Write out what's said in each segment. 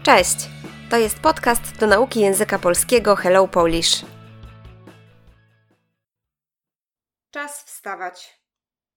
Cześć! To jest podcast do nauki języka polskiego Hello Polish. Czas wstawać.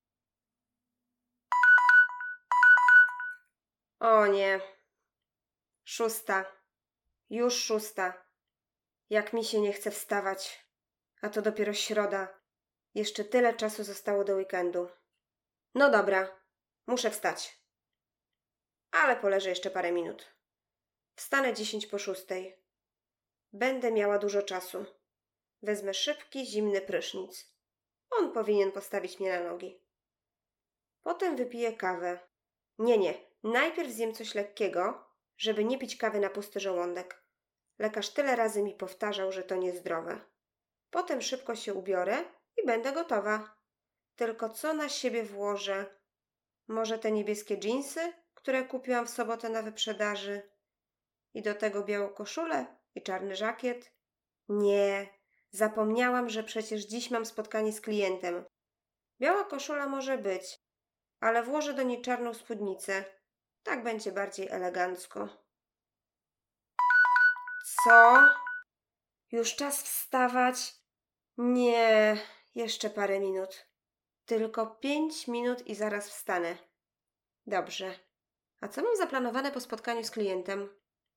O nie. 6. Już 6. Jak mi się nie chce wstawać. A to dopiero środa. Jeszcze tyle czasu zostało do weekendu. No dobra, muszę wstać. Ale poleżę jeszcze parę minut. Wstanę 5:50. Będę miała dużo czasu. Wezmę szybki, zimny prysznic. On powinien postawić mnie na nogi. Potem wypiję kawę. Nie. Najpierw zjem coś lekkiego, żeby nie pić kawy na pusty żołądek. Lekarz tyle razy mi powtarzał, że to niezdrowe. Potem szybko się ubiorę i będę gotowa. Tylko co na siebie włożę? Może te niebieskie dżinsy, które kupiłam w sobotę na wyprzedaży? I do tego białą koszulę i czarny żakiet? Nie, zapomniałam, że przecież dziś mam spotkanie z klientem. Biała koszula może być, ale włożę do niej czarną spódnicę. Tak będzie bardziej elegancko. Co? Już czas wstawać? Nie, jeszcze parę minut. Tylko 5 minut i zaraz wstanę. Dobrze. A co mam zaplanowane po spotkaniu z klientem?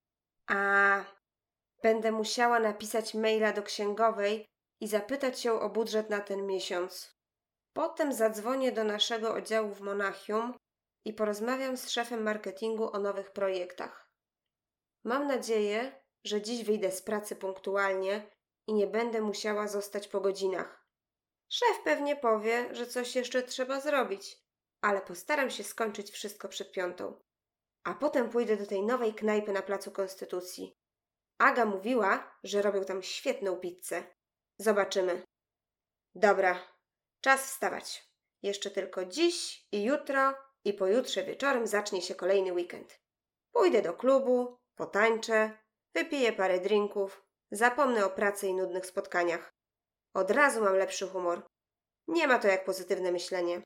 Będę musiała napisać maila do księgowej i zapytać ją o budżet na ten miesiąc. Potem zadzwonię do naszego oddziału w Monachium i porozmawiam z szefem marketingu o nowych projektach. Mam nadzieję, że dziś wyjdę z pracy punktualnie i nie będę musiała zostać po godzinach. Szef pewnie powie, że coś jeszcze trzeba zrobić, ale postaram się skończyć wszystko przed 5. A potem pójdę do tej nowej knajpy na Placu Konstytucji. Aga mówiła, że robią tam świetną pizzę. Zobaczymy. Dobra, czas wstawać. Jeszcze tylko dziś i jutro i pojutrze wieczorem zacznie się kolejny weekend. Pójdę do klubu, potańczę, wypiję parę drinków, zapomnę o pracy i nudnych spotkaniach. Od razu mam lepszy humor. Nie ma to jak pozytywne myślenie.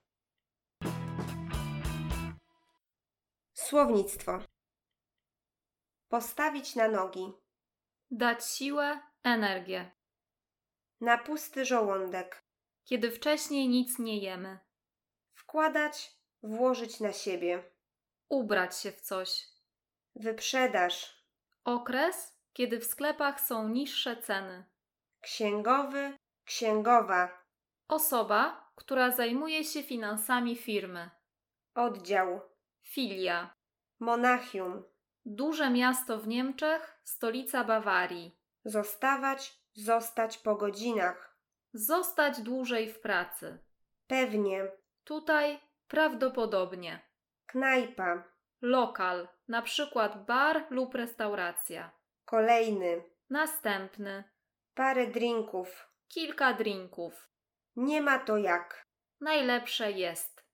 Słownictwo. Postawić na nogi. Dać siłę, energię. Na pusty żołądek. Kiedy wcześniej nic nie jemy. Wkładać, włożyć na siebie. Ubrać się w coś. Wyprzedaż. Okres, kiedy w sklepach są niższe ceny. Księgowy, księgowa. Osoba, która zajmuje się finansami firmy. Oddział. Filia. Monachium. Duże miasto w Niemczech, stolica Bawarii. Zostawać, zostać po godzinach. Zostać dłużej w pracy. Pewnie. Tutaj prawdopodobnie. Knajpa. Lokal, na przykład bar lub restauracja. Kolejny. Następny. Parę drinków. Kilka drinków. Nie ma to jak. Najlepsze jest.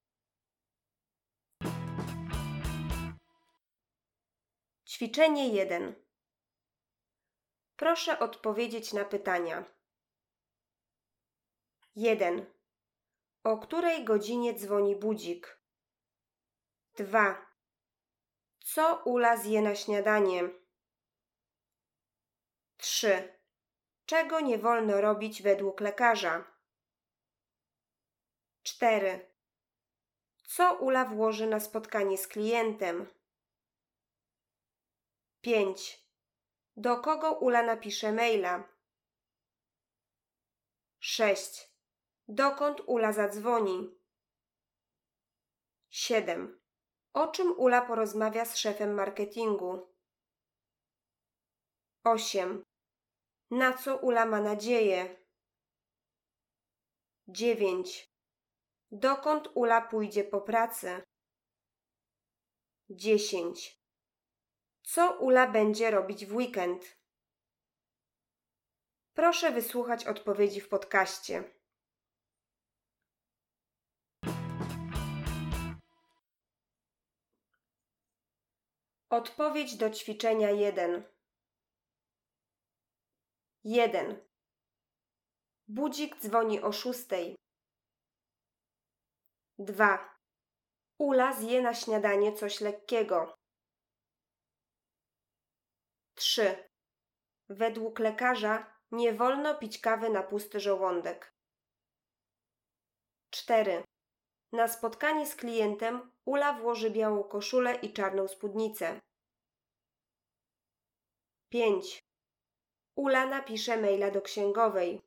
Ćwiczenie 1. Proszę odpowiedzieć na pytania. 1. O której godzinie dzwoni budzik? 2. Co Ula zje na śniadanie? 3. Czego nie wolno robić według lekarza? 4. Co Ula włoży na spotkanie z klientem? 5. Do kogo Ula napisze maila? 6. Dokąd Ula zadzwoni? 7. O czym Ula porozmawia z szefem marketingu? 8. Na co Ula ma nadzieję? 9. Dokąd Ula pójdzie po pracy? 10. Co Ula będzie robić w weekend? Proszę wysłuchać odpowiedzi w podcaście. Odpowiedź do ćwiczenia 1. 1. Budzik dzwoni o 6. 2. Ula zje na śniadanie coś lekkiego. 3. Według lekarza nie wolno pić kawy na pusty żołądek. 4. Na spotkanie z klientem Ula włoży białą koszulę i czarną spódnicę. 5. Ula napisze maila do księgowej.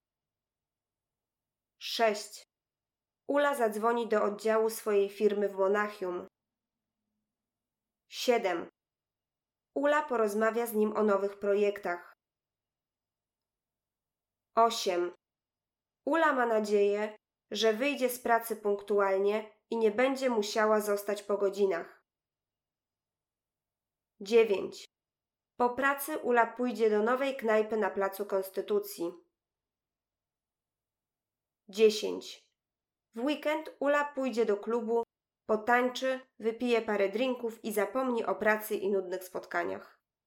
6. Ula zadzwoni do oddziału swojej firmy w Monachium. 7. Ula porozmawia z nim o nowych projektach. 8. Ula ma nadzieję, że wyjdzie z pracy punktualnie i nie będzie musiała zostać po godzinach. 9. Po pracy Ula pójdzie do nowej knajpy na Placu Konstytucji. 10. W weekend Ula pójdzie do klubu, potańczy, wypije parę drinków i zapomni o pracy i nudnych spotkaniach.